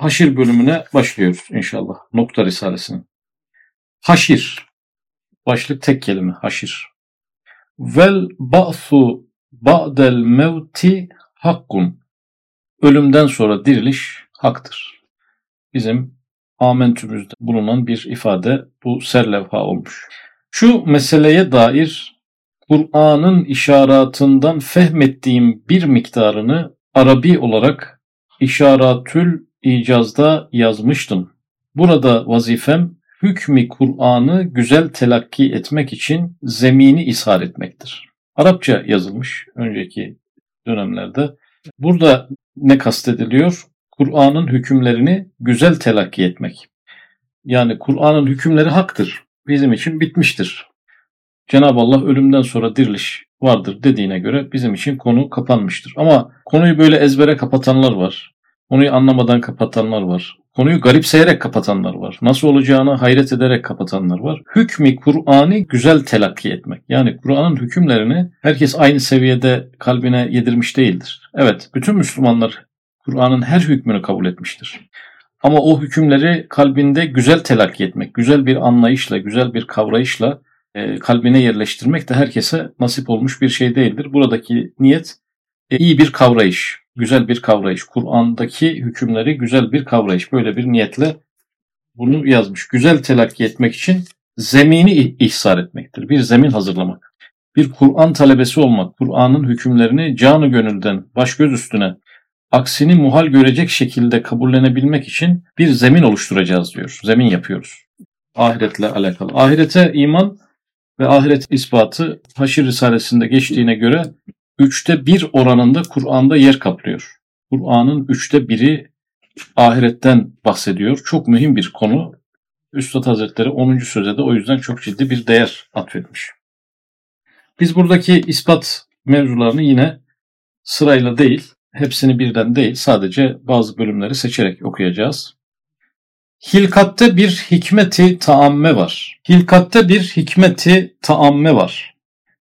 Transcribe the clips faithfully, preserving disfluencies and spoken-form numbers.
Haşir bölümüne başlıyoruz inşallah. Nokta Risalesi'nin. Haşir. Başlık tek kelime. Haşir. Vel ba'su ba'del mevti hakkun. Ölümden sonra diriliş haktır. Bizim amentümüzde bulunan bir ifade, bu serlevha olmuş. Şu meseleye dair Kur'an'ın işaratından fehmettiğim bir miktarını Arabi olarak İşaratül İcaz'da yazmıştım. Burada vazifem hükmü Kur'an'ı güzel telakki etmek için zemini ishar etmektir. Arapça yazılmış önceki dönemlerde. Burada ne kastediliyor? Kur'an'ın hükümlerini güzel telakki etmek. Yani Kur'an'ın hükümleri haktır. Bizim için bitmiştir. Cenab-ı Allah ölümden sonra diriliş vardır dediğine göre bizim için konu kapanmıştır. Ama konuyu böyle ezbere kapatanlar var. Konuyu anlamadan kapatanlar var. Konuyu garipseyerek kapatanlar var. Nasıl olacağını hayret ederek kapatanlar var. Hükmü Kur'an'ı güzel telakki etmek. Yani Kur'an'ın hükümlerini herkes aynı seviyede kalbine yedirmiş değildir. Evet, bütün Müslümanlar Kur'an'ın her hükmünü kabul etmiştir. Ama o hükümleri kalbinde güzel telakki etmek, güzel bir anlayışla, güzel bir kavrayışla e, kalbine yerleştirmek de herkese nasip olmuş bir şey değildir. Buradaki niyet e, iyi bir kavrayış, güzel bir kavrayış. Kur'an'daki hükümleri güzel bir kavrayış. Böyle bir niyetle bunu yazmış. Güzel telakki etmek için zemini ihsar etmektir. Bir zemin hazırlamak. Bir Kur'an talebesi olmak, Kur'an'ın hükümlerini canı gönülden, baş göz üstüne, aksini muhal görecek şekilde kabullenebilmek için bir zemin oluşturacağız diyor. Zemin yapıyoruz. Ahiretle alakalı. Ahirete iman ve ahiret ispatı Haşir Risalesi'nde geçtiğine göre üçte bir oranında Kur'an'da yer kaplıyor. Kur'an'ın üçte biri ahiretten bahsediyor. Çok mühim bir konu. Üstad Hazretleri onuncu söze de o yüzden çok ciddi bir değer atfetmiş. Biz buradaki ispat mevzularını yine sırayla değil, hepsini birden değil, sadece bazı bölümleri seçerek okuyacağız. Hilkatte bir hikmeti taamme var. Hilkatte bir hikmeti taamme var.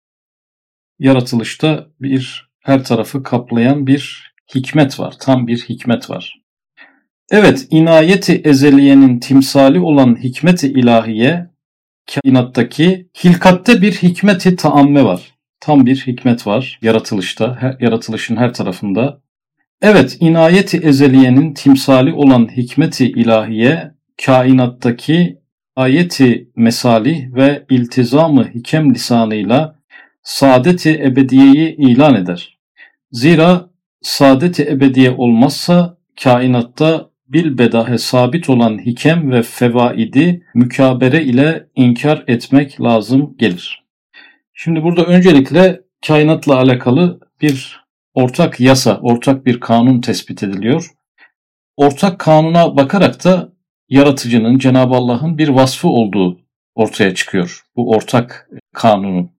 Yaratılışta bir her tarafı kaplayan bir hikmet var. Tam bir hikmet var. Evet, inayeti ezeliyenin timsali olan hikmeti ilahiye, kainattaki hilkatte bir hikmeti taamme var. Tam bir hikmet var yaratılışta, her, yaratılışın her tarafında. Evet, inayeti ezeliyenin timsali olan hikmeti ilahiye, kainattaki ayeti mesalih ve iltizamı hikem lisanıyla saadeti ebediyeyi ilan eder. Zira saadeti ebediye olmazsa kainatta bilbedahe sabit olan hikem ve fevaidi mükabere ile inkar etmek lazım gelir. Şimdi burada öncelikle kainatla alakalı bir ortak yasa, ortak bir kanun tespit ediliyor. Ortak kanuna bakarak da yaratıcının, Cenab-ı Allah'ın bir vasfı olduğu ortaya çıkıyor. Bu ortak kanunun.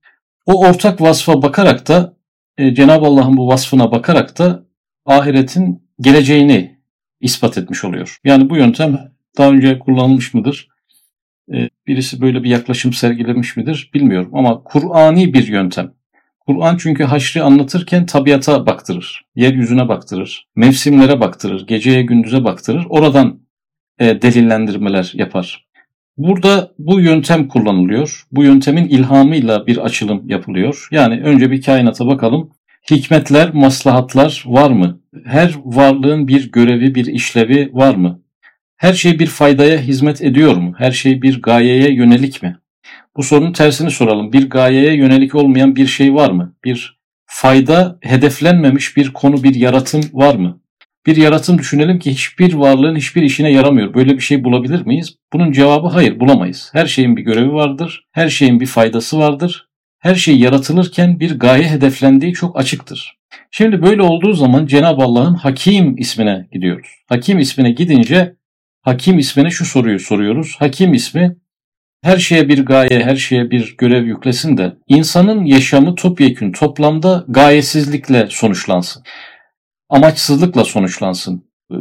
O ortak vasfa bakarak da e, Cenab-ı Allah'ın bu vasfına bakarak da ahiretin geleceğini ispat etmiş oluyor. Yani bu yöntem daha önce kullanılmış mıdır? E, birisi böyle bir yaklaşım sergilemiş midir? Bilmiyorum ama Kur'ani bir yöntem. Kur'an çünkü haşri anlatırken tabiata baktırır, yeryüzüne baktırır, mevsimlere baktırır, geceye gündüze baktırır. Oradan e, delillendirmeler yapar. Burada bu yöntem kullanılıyor. Bu yöntemin ilhamıyla bir açılım yapılıyor. Yani önce bir kainata bakalım. Hikmetler, maslahatlar var mı? Her varlığın bir görevi, bir işlevi var mı? Her şey bir faydaya hizmet ediyor mu? Her şey bir gayeye yönelik mi? Bu sorunun tersini soralım. Bir gayeye yönelik olmayan bir şey var mı? Bir fayda hedeflenmemiş bir konu, bir yaratım var mı? Bir yaratım düşünelim ki hiçbir varlığın hiçbir işine yaramıyor. Böyle bir şey bulabilir miyiz? Bunun cevabı hayır, bulamayız. Her şeyin bir görevi vardır. Her şeyin bir faydası vardır. Her şey yaratılırken bir gaye hedeflendiği çok açıktır. Şimdi böyle olduğu zaman Cenab-ı Allah'ın Hakim ismine gidiyoruz. Hakim ismine gidince Hakim ismine şu soruyu soruyoruz. Hakim ismi her şeye bir gaye, her şeye bir görev yüklesin de insanın yaşamı topyekün toplamda gayesizlikle sonuçlansın. Amaçsızlıkla sonuçlansın.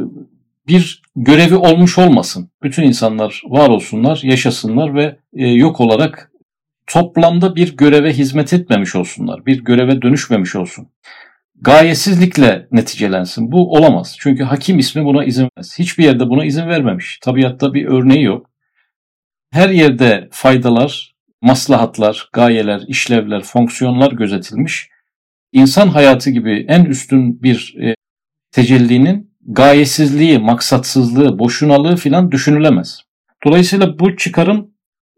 Bir görevi olmuş olmasın. Bütün insanlar var olsunlar, yaşasınlar ve yok olarak toplamda bir göreve hizmet etmemiş olsunlar. Bir göreve dönüşmemiş olsun. gayesizlikle neticelensin. Bu olamaz. Çünkü hakim ismi buna izin vermez. Hiçbir yerde buna izin vermemiş. Tabiatta bir örneği yok. Her yerde faydalar, maslahatlar, gayeler, işlevler, fonksiyonlar gözetilmiş. İnsan hayatı gibi en üstün bir e, tecellinin gayesizliği, maksatsızlığı, boşunalığı filan düşünülemez. Dolayısıyla bu çıkarım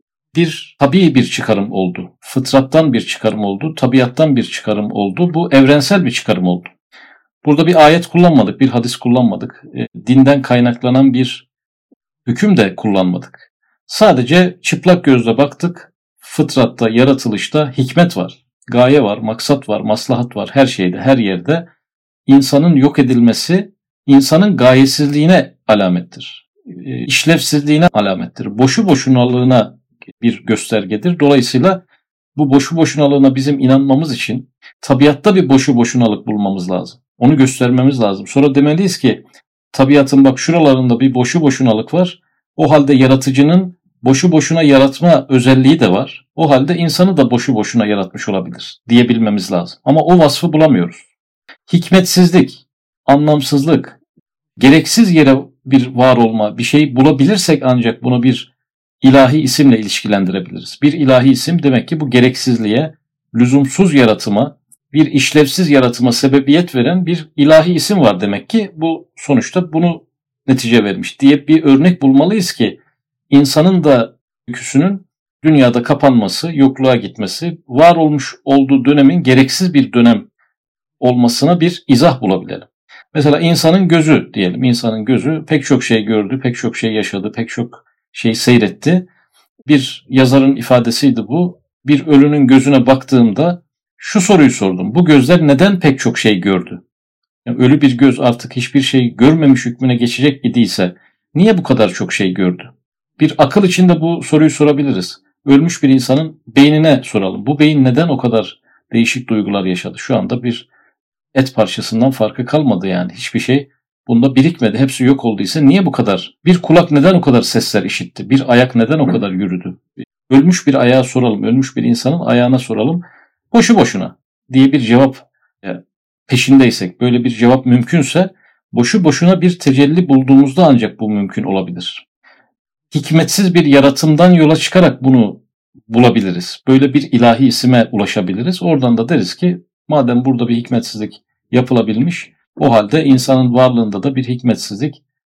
bir tabii bir çıkarım oldu. Fıtrattan bir çıkarım oldu, tabiattan bir çıkarım oldu. Bu evrensel bir çıkarım oldu. Burada bir ayet kullanmadık, bir hadis kullanmadık. E, dinden kaynaklanan bir hüküm de kullanmadık. Sadece çıplak gözle baktık. Fıtratta, yaratılışta hikmet var, gaye var, maksat var, maslahat var her şeyde, her yerde. İnsanın yok edilmesi insanın gayesizliğine alamettir. E, işlevsizliğine alamettir. Boşu boşunalığına bir göstergedir. Dolayısıyla bu boşu boşunalığına bizim inanmamız için tabiatta bir boşu boşunalık bulmamız lazım. Onu göstermemiz lazım. Sonra demeliyiz ki tabiatın bak şuralarında bir boşu boşunalık var. O halde yaratıcının boşu boşuna yaratma özelliği de var. O halde insanı da boşu boşuna yaratmış olabilir diyebilmemiz lazım. Ama o vasfı bulamıyoruz. Hikmetsizlik, anlamsızlık, gereksiz yere bir var olma, bir şey bulabilirsek ancak bunu bir ilahi isimle ilişkilendirebiliriz. Bir ilahi isim demek ki bu gereksizliğe, lüzumsuz yaratıma, bir işlevsiz yaratıma sebebiyet veren bir ilahi isim var demek ki bu sonuçta bunu netice vermiş diye bir örnek bulmalıyız ki insanın da öyküsünün dünyada kapanması, yokluğa gitmesi, var olmuş olduğu dönemin gereksiz bir dönem olmasına bir izah bulabilelim. Mesela insanın gözü diyelim. İnsanın gözü pek çok şey gördü, pek çok şey yaşadı, pek çok şey seyretti. Bir yazarın ifadesiydi bu. Bir ölünün gözüne baktığımda şu soruyu sordum. Bu gözler neden pek çok şey gördü? Yani ölü bir göz artık hiçbir şey görmemiş hükmüne geçecek idiyse niye bu kadar çok şey gördü? Bir akıl içinde bu soruyu sorabiliriz. Ölmüş bir insanın beynine soralım. Bu beyin neden o kadar değişik duygular yaşadı? Şu anda bir et parçasından farkı kalmadı yani. Hiçbir şey bunda birikmedi. Hepsi yok olduysa niye bu kadar? Bir kulak neden o kadar sesler işitti? Bir ayak neden o kadar yürüdü? Ölmüş bir ayağa soralım. Ölmüş bir insanın ayağına soralım. Boşu boşuna diye bir cevap peşindeysek, böyle bir cevap mümkünse boşu boşuna bir tecelli bulduğumuzda ancak bu mümkün olabilir. Hikmetsiz bir yaratımdan yola çıkarak bunu bulabiliriz. Böyle bir ilahi isime ulaşabiliriz. Oradan da deriz ki madem burada bir hikmetsizlik yapılabilmiş, o halde insanın varlığında da bir hikmetsizlik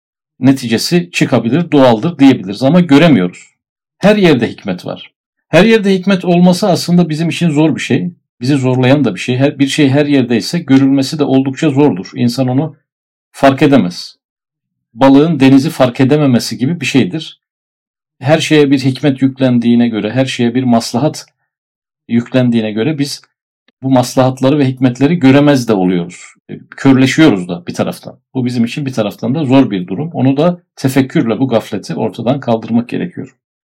neticesi çıkabilir, doğaldır diyebiliriz ama göremiyoruz. Her yerde hikmet var. Her yerde hikmet olması aslında bizim için zor bir şey. Bizi zorlayan da bir şey. Her, bir şey her yerdeyse görülmesi de oldukça zordur. İnsan onu fark edemez. Balığın denizi fark edememesi gibi bir şeydir. Her şeye bir hikmet yüklendiğine göre, her şeye bir maslahat yüklendiğine göre biz bu maslahatları ve hikmetleri göremez de oluyoruz. Körleşiyoruz da bir taraftan. Bu bizim için bir taraftan da zor bir durum. Onu da tefekkürle bu gafleti ortadan kaldırmak gerekiyor.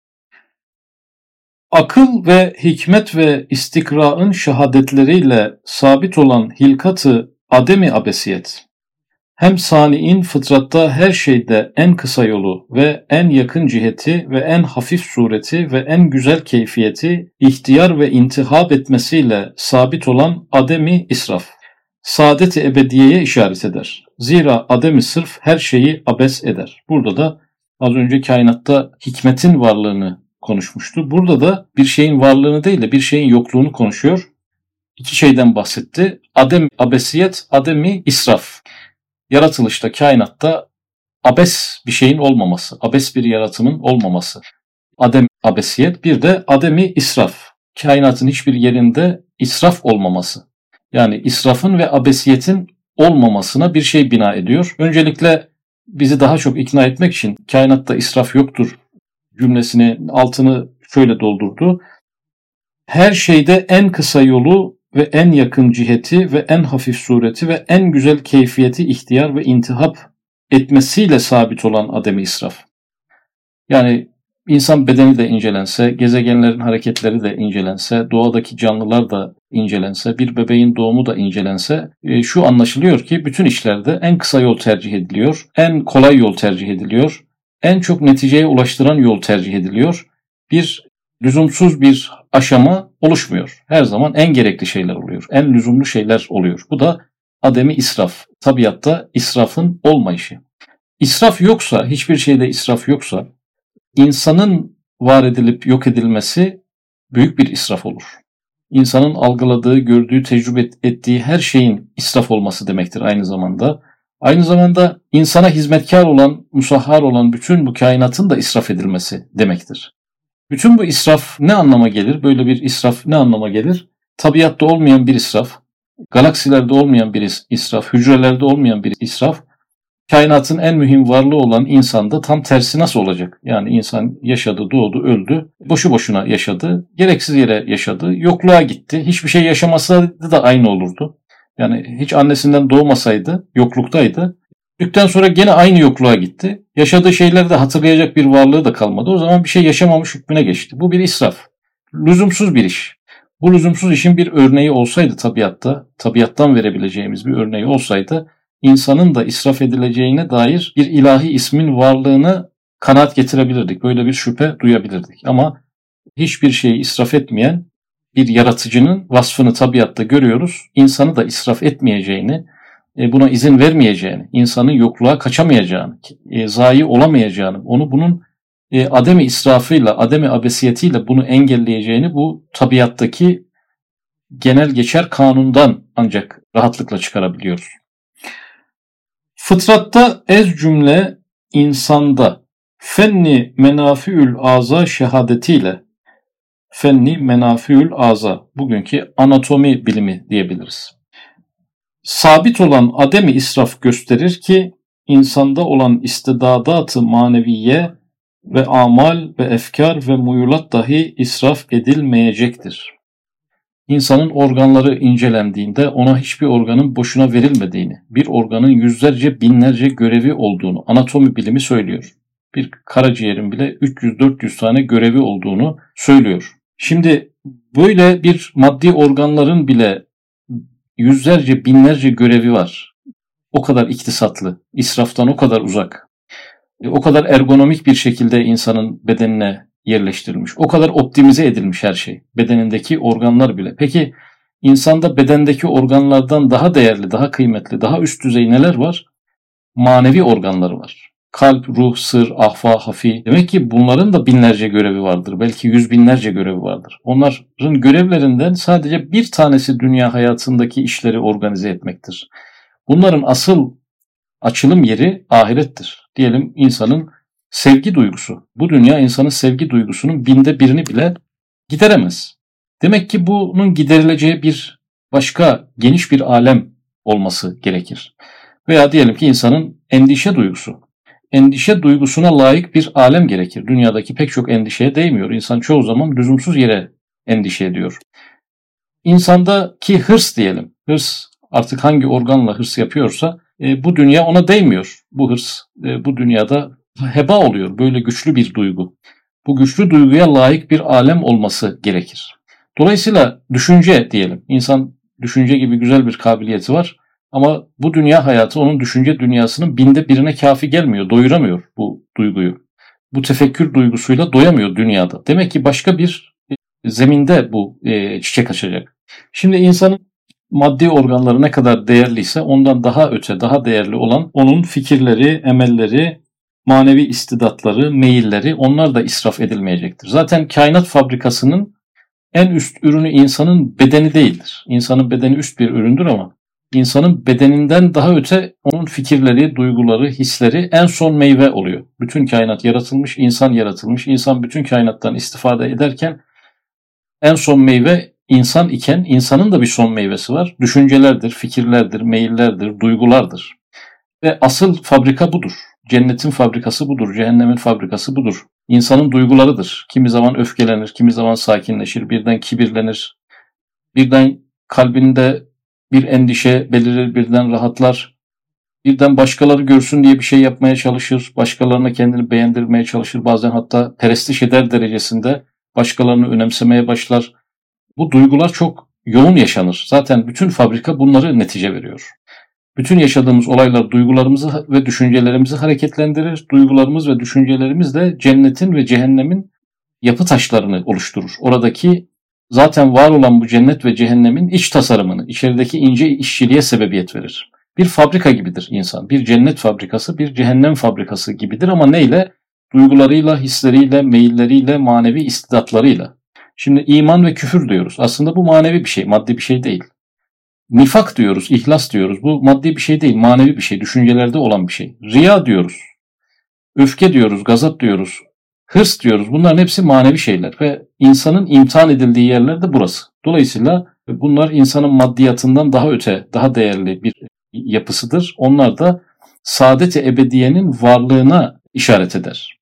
Akıl ve hikmet ve istikra'ın şehadetleriyle sabit olan hilkat-ı ademi abesiyet, hem sani'in fıtratta her şeyde en kısa yolu ve en yakın ciheti ve en hafif sureti ve en güzel keyfiyeti ihtiyar ve intihab etmesiyle sabit olan ademi israf, saadet-i ebediyeye işaret eder. Zira ademi sırf her şeyi abes eder. Burada da az önce kainatta hikmetin varlığını konuşmuştu. Burada da bir şeyin varlığını değil de bir şeyin yokluğunu konuşuyor. İki şeyden bahsetti. Adem abesiyet, ademi israf. Yaratılışta, kainatta abes bir şeyin olmaması, abes bir yaratımın olmaması. Adem abesiyet, bir de ademi israf. Kainatın hiçbir yerinde israf olmaması. Yani israfın ve abesiyetin olmamasına bir şey bina ediyor. Öncelikle bizi daha çok ikna etmek için kainatta israf yoktur cümlesini altını şöyle doldurdu. Her şeyde en kısa yolu ve en yakın ciheti ve en hafif sureti ve en güzel keyfiyeti ihtiyar ve intihap etmesiyle sabit olan ademi israf. Yani insan bedeni de incelense, gezegenlerin hareketleri de incelense, doğadaki canlılar da incelense, bir bebeğin doğumu da incelense, şu anlaşılıyor ki bütün işlerde en kısa yol tercih ediliyor, en kolay yol tercih ediliyor, en çok neticeye ulaştıran yol tercih ediliyor. Bir lüzumsuz bir aşama oluşmuyor. Her zaman en gerekli şeyler oluyor, en lüzumlu şeyler oluyor. Bu da ademi israf. Tabiatta israfın olmayışı. İsraf yoksa, hiçbir şeyde israf yoksa, insanın var edilip yok edilmesi büyük bir israf olur. İnsanın algıladığı, gördüğü, tecrübe ettiği her şeyin israf olması demektir aynı zamanda. Aynı zamanda insana hizmetkar olan, musahhar olan bütün bu kainatın da israf edilmesi demektir. Bütün bu israf ne anlama gelir? Böyle bir israf ne anlama gelir? Tabiatta olmayan bir israf, galaksilerde olmayan bir israf, hücrelerde olmayan bir israf, kainatın en mühim varlığı olan insanda tam tersi nasıl olacak? Yani insan yaşadı, doğdu, öldü, boşu boşuna yaşadı, gereksiz yere yaşadı, yokluğa gitti. Hiçbir şey yaşamasaydı da aynı olurdu. Yani hiç annesinden doğmasaydı, yokluktaydı. Öldükten sonra gene aynı yokluğa gitti. Yaşadığı şeyleri de hatırlayacak bir varlığı da kalmadı. O zaman bir şey yaşamamış hükmüne geçti. Bu bir israf. Lüzumsuz bir iş. Bu lüzumsuz işin bir örneği olsaydı tabiatta, tabiattan verebileceğimiz bir örneği olsaydı, insanın da israf edileceğine dair bir ilahi ismin varlığını kanaat getirebilirdik. Böyle bir şüphe duyabilirdik. Ama hiçbir şeyi israf etmeyen bir yaratıcının vasfını tabiatta görüyoruz. İnsanı da israf etmeyeceğini, buna izin vermeyeceğini, insanın yokluğa kaçamayacağını, zayi olamayacağını, onu bunun ademi israfıyla, ademi abesiyetiyle bunu engelleyeceğini bu tabiattaki genel geçer kanundan ancak rahatlıkla çıkarabiliyoruz. Fıtratta ez cümle insanda fenni menafiül aza şehadetiyle, fenni menafiül aza, bugünkü anatomi bilimi diyebiliriz. Sabit olan ademi israf gösterir ki insanda olan istidadat-ı maneviye ve amal ve efkar ve muyulat dahi israf edilmeyecektir. İnsanın organları incelendiğinde ona hiçbir organın boşuna verilmediğini, bir organın yüzlerce binlerce görevi olduğunu anatomi bilimi söylüyor. Bir karaciğerin bile üç yüz dört yüz tane görevi olduğunu söylüyor. Şimdi böyle bir maddi organların bile yüzlerce binlerce görevi var. O kadar iktisatlı, israftan o kadar uzak, o kadar ergonomik bir şekilde insanın bedenine yerleştirilmiş. O kadar optimize edilmiş her şey. Bedenindeki organlar bile. Peki insanda bedendeki organlardan daha değerli, daha kıymetli, daha üst düzey neler var? Manevi organları var. Kalp, ruh, sır, ahva, hafi. Demek ki bunların da binlerce görevi vardır. Belki yüz binlerce görevi vardır. Onların görevlerinden sadece bir tanesi dünya hayatındaki işleri organize etmektir. Bunların asıl açılım yeri ahirettir. Diyelim insanın sevgi duygusu. Bu dünya insanın sevgi duygusunun binde birini bile gideremez. Demek ki bunun giderileceği bir başka geniş bir alem olması gerekir. Veya diyelim ki insanın endişe duygusu. Endişe duygusuna layık bir alem gerekir. Dünyadaki pek çok endişeye değmiyor. İnsan çoğu zaman lüzumsuz yere endişe ediyor. İnsandaki hırs diyelim. Hırs artık hangi organla hırs yapıyorsa e, bu dünya ona değmiyor. Bu hırs e, bu dünyada heba oluyor. Böyle güçlü bir duygu. Bu güçlü duyguya layık bir alem olması gerekir. Dolayısıyla düşünce diyelim. İnsan düşünce gibi güzel bir kabiliyeti var. Ama bu dünya hayatı onun düşünce dünyasının binde birine kafi gelmiyor. Doyuramıyor bu duyguyu. Bu tefekkür duygusuyla doyamıyor dünyada. Demek ki başka bir zeminde bu e, çiçek açacak. Şimdi insanın maddi organları ne kadar değerliyse ondan daha öte, daha değerli olan onun fikirleri, emelleri, manevi istidatları, meyilleri, onlar da israf edilmeyecektir. Zaten kainat fabrikasının en üst ürünü insanın bedeni değildir. İnsanın bedeni üst bir üründür ama insanın bedeninden daha öte onun fikirleri, duyguları, hisleri en son meyve oluyor. Bütün kainat yaratılmış, insan yaratılmış. İnsan bütün kainattan istifade ederken en son meyve insan iken insanın da bir son meyvesi var. Düşüncelerdir, fikirlerdir, meyillerdir, duygulardır. Ve asıl fabrika budur. Cennetin fabrikası budur, cehennemin fabrikası budur. İnsanın duygularıdır. Kimi zaman öfkelenir, kimi zaman sakinleşir, birden kibirlenir. Birden kalbinde bir endişe belirir, birden rahatlar. Birden başkaları görsün diye bir şey yapmaya çalışır. Başkalarına kendini beğendirmeye çalışır. Bazen hatta perestiş eder derecesinde başkalarını önemsemeye başlar. Bu duygular çok yoğun yaşanır. Zaten bütün fabrika bunları netice veriyor. Bütün yaşadığımız olaylar duygularımızı ve düşüncelerimizi hareketlendirir. Duygularımız ve düşüncelerimiz de cennetin ve cehennemin yapı taşlarını oluşturur. Oradaki zaten var olan bu cennet ve cehennemin iç tasarımını, içerideki ince işçiliğe sebebiyet verir. Bir fabrika gibidir insan. Bir cennet fabrikası, bir cehennem fabrikası gibidir ama neyle? Duygularıyla, hisleriyle, meyilleriyle, manevi istidatlarıyla. Şimdi iman ve küfür diyoruz. Aslında bu manevi bir şey, maddi bir şey değil. Nifak diyoruz, ihlas diyoruz. Bu maddi bir şey değil, manevi bir şey, düşüncelerde olan bir şey. Riya diyoruz, öfke diyoruz, gazap diyoruz, hırs diyoruz. Bunların hepsi manevi şeyler ve insanın imtihan edildiği yerler de burası. Dolayısıyla bunlar insanın maddiyatından daha öte, daha değerli bir yapısıdır. Onlar da saadet-i ebediyenin varlığına işaret eder.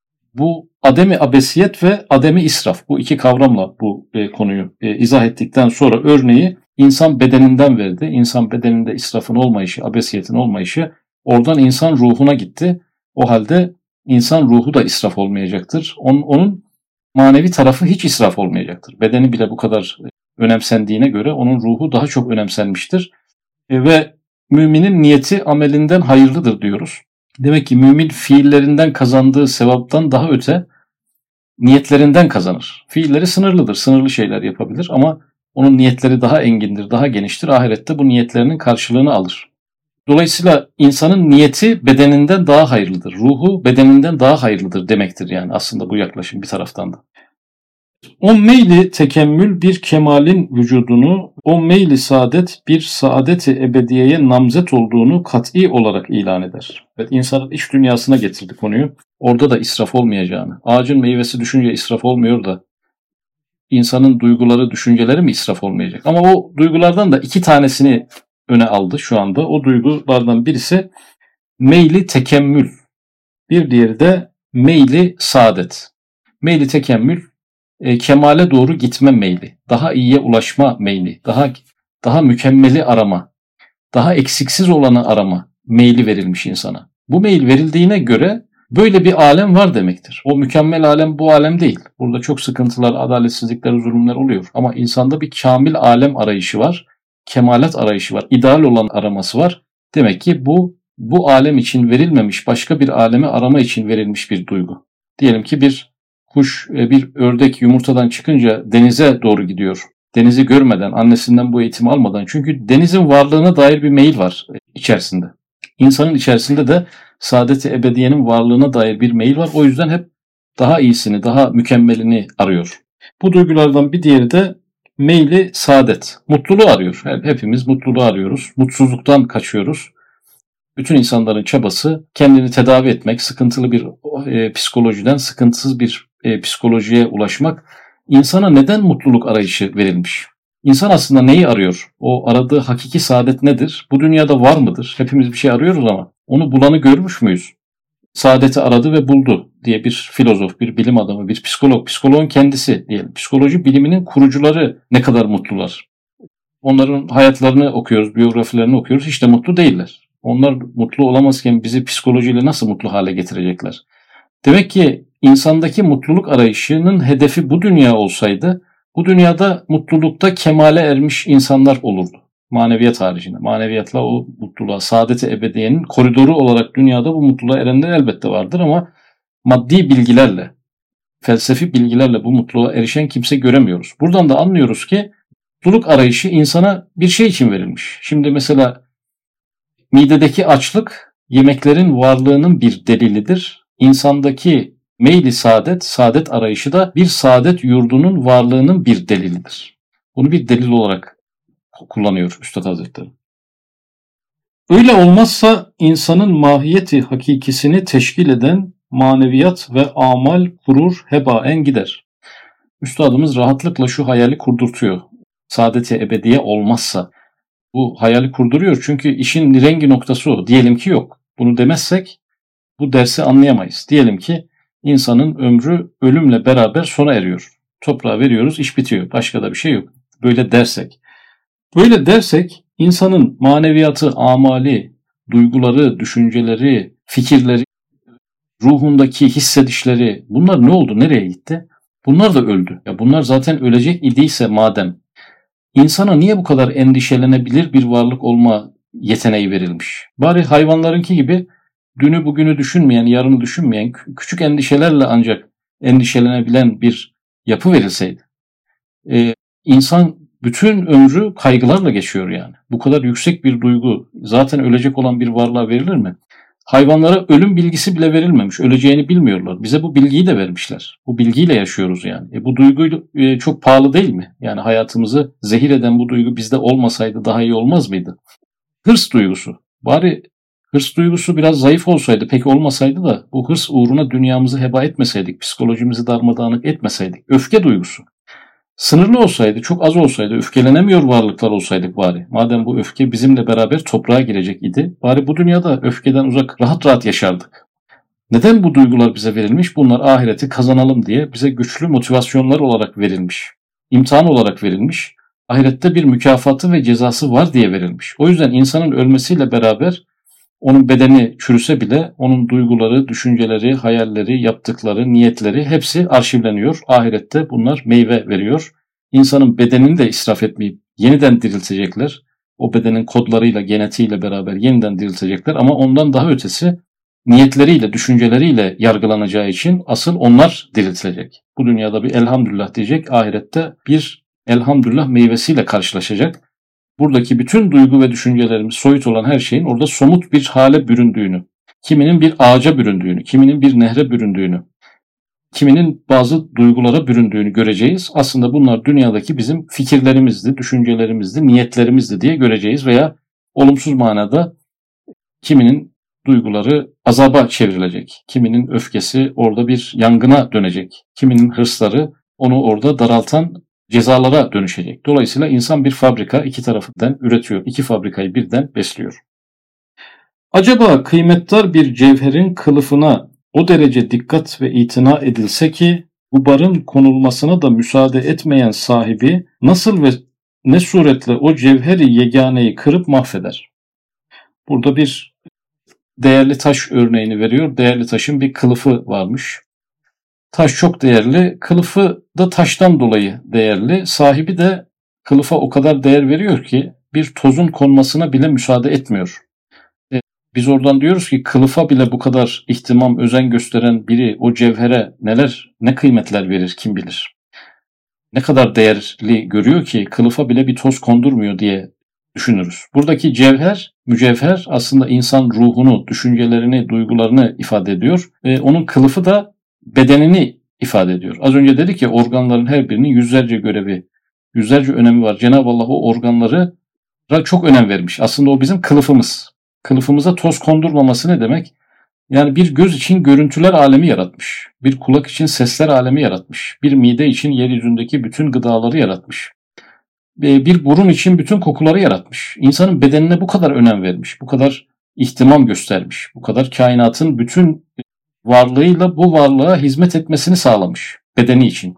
Bu ademi abesiyet ve ademi israf, bu iki kavramla bu e, konuyu e, izah ettikten sonra örneği insan bedeninden verdi. İnsan bedeninde israfın olmayışı, abesiyetin olmayışı oradan insan ruhuna gitti. O halde insan ruhu da israf olmayacaktır. Onun, onun manevi tarafı hiç israf olmayacaktır. Bedeni bile bu kadar önemsendiğine göre onun ruhu daha çok önemsenmiştir. E, ve müminin niyeti amelinden hayırlıdır diyoruz. Demek ki mümin fiillerinden kazandığı sevaptan daha öte niyetlerinden kazanır. Fiilleri sınırlıdır, sınırlı şeyler yapabilir ama onun niyetleri daha engindir, daha geniştir. Ahirette bu niyetlerinin karşılığını alır. Dolayısıyla insanın niyeti bedeninden daha hayırlıdır. Ruhu bedeninden daha hayırlıdır demektir yani aslında bu yaklaşım bir taraftan da. O meyli tekemmül bir kemalin vücudunu, o meyli saadet bir saadeti ebediyeye namzet olduğunu kat'i olarak ilan eder. Evet, insanın iç dünyasına getirdi konuyu. Orada da israf olmayacağını. Ağacın meyvesi düşünce israf olmuyor da insanın duyguları, düşünceleri mi israf olmayacak? Ama o duygulardan da iki tanesini öne aldı şu anda. O duygulardan birisi meyli tekemmül. Bir diğeri de meyli saadet. Meyli tekemmül e, kemale doğru gitme meyli, daha iyiye ulaşma meyli, daha daha mükemmeli arama, daha eksiksiz olanı arama meyli verilmiş insana. Bu meyil verildiğine göre böyle bir alem var demektir. O mükemmel alem bu alem değil. Burada çok sıkıntılar, adaletsizlikler, zulümler oluyor. Ama insanda bir kamil alem arayışı var, kemalat arayışı var, ideal olan araması var. Demek ki bu bu alem için verilmemiş, başka bir alemi arama için verilmiş bir duygu. Diyelim ki bir kuş, bir ördek yumurtadan çıkınca denize doğru gidiyor. Denizi görmeden, annesinden bu eğitimi almadan. Çünkü denizin varlığına dair bir meyil var içerisinde. İnsanın içerisinde de saadet-i ebediyenin varlığına dair bir meyil var. O yüzden hep daha iyisini, daha mükemmelini arıyor. Bu duygulardan bir diğeri de meyli saadet. Mutluluğu arıyor. Hepimiz mutluluğu arıyoruz. Mutsuzluktan kaçıyoruz. Bütün insanların çabası kendini tedavi etmek, sıkıntılı bir e, psikolojiden sıkıntısız bir e, psikolojiye ulaşmak. İnsana neden mutluluk arayışı verilmiş? İnsan aslında neyi arıyor? O aradığı hakiki saadet nedir? Bu dünyada var mıdır? Hepimiz bir şey arıyoruz ama onu bulanı görmüş müyüz? Saadeti aradı ve buldu diye bir filozof, bir bilim adamı, bir psikolog, psikoloğun kendisi diyelim. Psikoloji biliminin kurucuları ne kadar mutlular? Onların hayatlarını okuyoruz, biyografilerini okuyoruz. Hiç de mutlu değiller. Onlar mutlu olamazken bizi psikolojiyle nasıl mutlu hale getirecekler? Demek ki insandaki mutluluk arayışının hedefi bu dünya olsaydı, bu dünyada mutlulukta kemale ermiş insanlar olurdu. Maneviyat haricinde. Maneviyatla o mutluluğa, saadet-i ebediyenin koridoru olarak dünyada bu mutluluğa erenler elbette vardır ama maddi bilgilerle, felsefi bilgilerle bu mutluluğa erişen kimse göremiyoruz. Buradan da anlıyoruz ki mutluluk arayışı insana bir şey için verilmiş. Şimdi mesela midedeki açlık yemeklerin varlığının bir delilidir. İnsandaki meyli saadet, saadet arayışı da bir saadet yurdunun varlığının bir delilidir. Bunu bir delil olarak kullanıyor Üstad Hazretleri. Öyle olmazsa insanın mahiyeti hakikisini teşkil eden maneviyat ve amal kurur hebaen gider. Üstadımız rahatlıkla şu hayali kurdurtuyor. Saadet-i ebediye olmazsa bu hayali kurduruyor çünkü işin rengi noktası o. Diyelim ki yok. Bunu demezsek bu dersi anlayamayız. Diyelim ki insanın ömrü ölümle beraber sona eriyor. Toprağa veriyoruz, iş bitiyor. Başka da bir şey yok. Böyle dersek. Böyle dersek insanın maneviyatı, amali, duyguları, düşünceleri, fikirleri, ruhundaki hissedişleri bunlar ne oldu? Nereye gitti? Bunlar da öldü. Ya bunlar zaten ölecek idiyse madem insana niye bu kadar endişelenebilir bir varlık olma yeteneği verilmiş? Bari hayvanlarınki gibi dünü bugünü düşünmeyen, yarını düşünmeyen, küçük endişelerle ancak endişelenebilen bir yapı verilseydi. Ee, insan bütün ömrü kaygılarla geçiyor yani. Bu kadar yüksek bir duygu zaten ölecek olan bir varlığa verilir mi? Hayvanlara ölüm bilgisi bile verilmemiş. Öleceğini bilmiyorlar. Bize bu bilgiyi de vermişler. Bu bilgiyle yaşıyoruz yani. E bu duygu e, çok pahalı değil mi? Yani hayatımızı zehir eden bu duygu bizde olmasaydı daha iyi olmaz mıydı? Hırs duygusu. Bari hırs duygusu biraz zayıf olsaydı, pek olmasaydı da bu hırs uğruna dünyamızı heba etmeseydik, psikolojimizi darmadağınık etmeseydik. Öfke duygusu. Sınırlı olsaydı, çok az olsaydı, öfkelenemiyor varlıklar olsaydık bari. Madem bu öfke bizimle beraber toprağa girecek idi, bari bu dünyada öfkeden uzak rahat rahat yaşardık. Neden bu duygular bize verilmiş? Bunlar ahireti kazanalım diye bize güçlü motivasyonlar olarak verilmiş. İmtihan olarak verilmiş. Ahirette bir mükafatı ve cezası var diye verilmiş. O yüzden insanın ölmesiyle beraber onun bedeni çürüse bile onun duyguları, düşünceleri, hayalleri, yaptıkları, niyetleri hepsi arşivleniyor. Ahirette bunlar meyve veriyor. İnsanın bedenini de israf etmeyip yeniden diriltecekler. O bedenin kodlarıyla, genetiğiyle beraber yeniden diriltecekler. Ama ondan daha ötesi niyetleriyle, düşünceleriyle yargılanacağı için asıl onlar diriltilecek. Bu dünyada bir elhamdülillah diyecek, ahirette bir elhamdülillah meyvesiyle karşılaşacak. Buradaki bütün duygu ve düşüncelerimiz, soyut olan her şeyin orada somut bir hale büründüğünü, kiminin bir ağaca büründüğünü, kiminin bir nehre büründüğünü, kiminin bazı duygulara büründüğünü göreceğiz. Aslında bunlar dünyadaki bizim fikirlerimizdi, düşüncelerimizdi, niyetlerimizdi diye göreceğiz veya olumsuz manada kiminin duyguları azaba çevrilecek, kiminin öfkesi orada bir yangına dönecek, kiminin hırsları onu orada daraltan cezalara dönüşecek. Dolayısıyla insan bir fabrika, iki tarafından üretiyor. İki fabrikayı birden besliyor. Acaba kıymetdar bir cevherin kılıfına o derece dikkat ve itina edilse ki gubarın konulmasına da müsaade etmeyen sahibi nasıl ve ne suretle o cevheri yeganeyi kırıp mahveder? Burada bir değerli taş örneğini veriyor. Değerli taşın bir kılıfı varmış. Taş çok değerli, kılıfı da taştan dolayı değerli. Sahibi de kılıfa o kadar değer veriyor ki bir tozun konmasına bile müsaade etmiyor. E, biz oradan diyoruz ki kılıfa bile bu kadar ihtimam, özen gösteren biri o cevhere neler, ne kıymetler verir kim bilir. Ne kadar değerli görüyor ki kılıfa bile bir toz kondurmuyor diye düşünürüz. Buradaki cevher, mücevher aslında insan ruhunu, düşüncelerini, duygularını ifade ediyor. E, onun kılıfı da bedenini ifade ediyor. Az önce dedik ya organların her birinin yüzlerce görevi, yüzlerce önemi var. Cenab-ı Allah o organlara çok önem vermiş. Aslında o bizim kılıfımız. Kılıfımıza toz kondurmaması ne demek? Yani bir göz için görüntüler alemi yaratmış. Bir kulak için sesler alemi yaratmış. Bir mide için yeryüzündeki bütün gıdaları yaratmış. Bir burun için bütün kokuları yaratmış. İnsanın bedenine bu kadar önem vermiş. Bu kadar ihtimam göstermiş. Bu kadar kainatın bütün varlığıyla bu varlığa hizmet etmesini sağlamış bedeni için.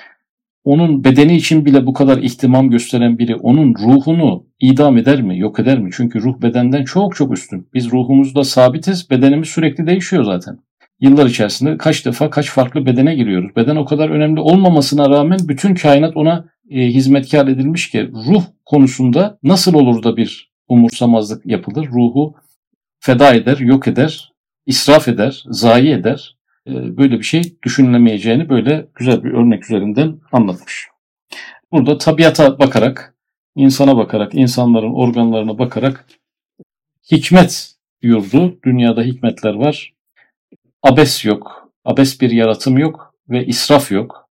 Onun bedeni için bile bu kadar ihtimam gösteren biri onun ruhunu idam eder mi, yok eder mi? Çünkü ruh bedenden çok çok üstün. Biz ruhumuzda sabitiz, bedenimiz sürekli değişiyor zaten. Yıllar içerisinde kaç defa kaç farklı bedene giriyoruz. Beden o kadar önemli olmamasına rağmen bütün kainat ona e, hizmetkar edilmiş ki ruh konusunda nasıl olur da bir umursamazlık yapılır? Ruhu feda eder, yok eder, israf eder, zayi eder. Böyle bir şey düşünülemeyeceğini böyle güzel bir örnek üzerinden anlatmış. Burada tabiata bakarak, insana bakarak, insanların organlarına bakarak hikmet yurdu, dünyada hikmetler var. Abes yok, abes bir yaratım yok ve israf yok.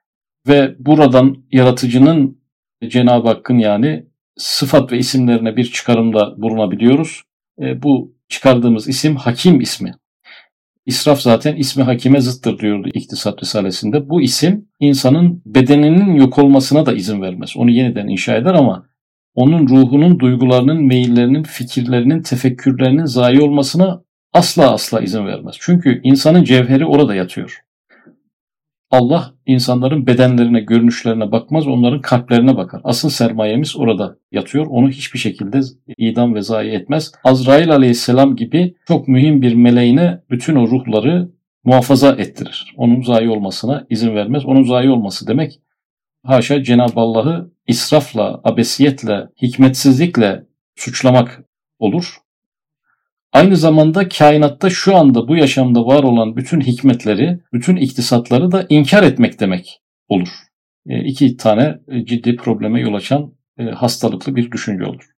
Ve buradan yaratıcının, Cenab-ı Hakk'ın yani sıfat ve isimlerine bir çıkarımda bulunabiliyoruz. Bu çıkardığımız isim Hakim ismi. İsraf zaten ismi hakime zıttır diyordu İktisat Risalesi'nde. Bu isim insanın bedeninin yok olmasına da izin vermez. Onu yeniden inşa eder ama onun ruhunun, duygularının, meyillerinin, fikirlerinin, tefekkürlerinin zayi olmasına asla asla izin vermez. Çünkü insanın cevheri orada yatıyor. Allah insanların bedenlerine, görünüşlerine bakmaz, onların kalplerine bakar. Asıl sermayemiz orada yatıyor. Onu hiçbir şekilde idam ve zayi etmez. Azrail aleyhisselam gibi çok mühim bir meleğine bütün o ruhları muhafaza ettirir. Onun zayi olmasına izin vermez. Onun zayi olması demek, haşa Cenab-ı Allah'ı israfla, abesiyetle, hikmetsizlikle suçlamak olur. Aynı zamanda kainatta şu anda bu yaşamda var olan bütün hikmetleri, bütün iktisatları da inkar etmek demek olur. iki tane ciddi probleme yol açan hastalıklı bir düşünce olur.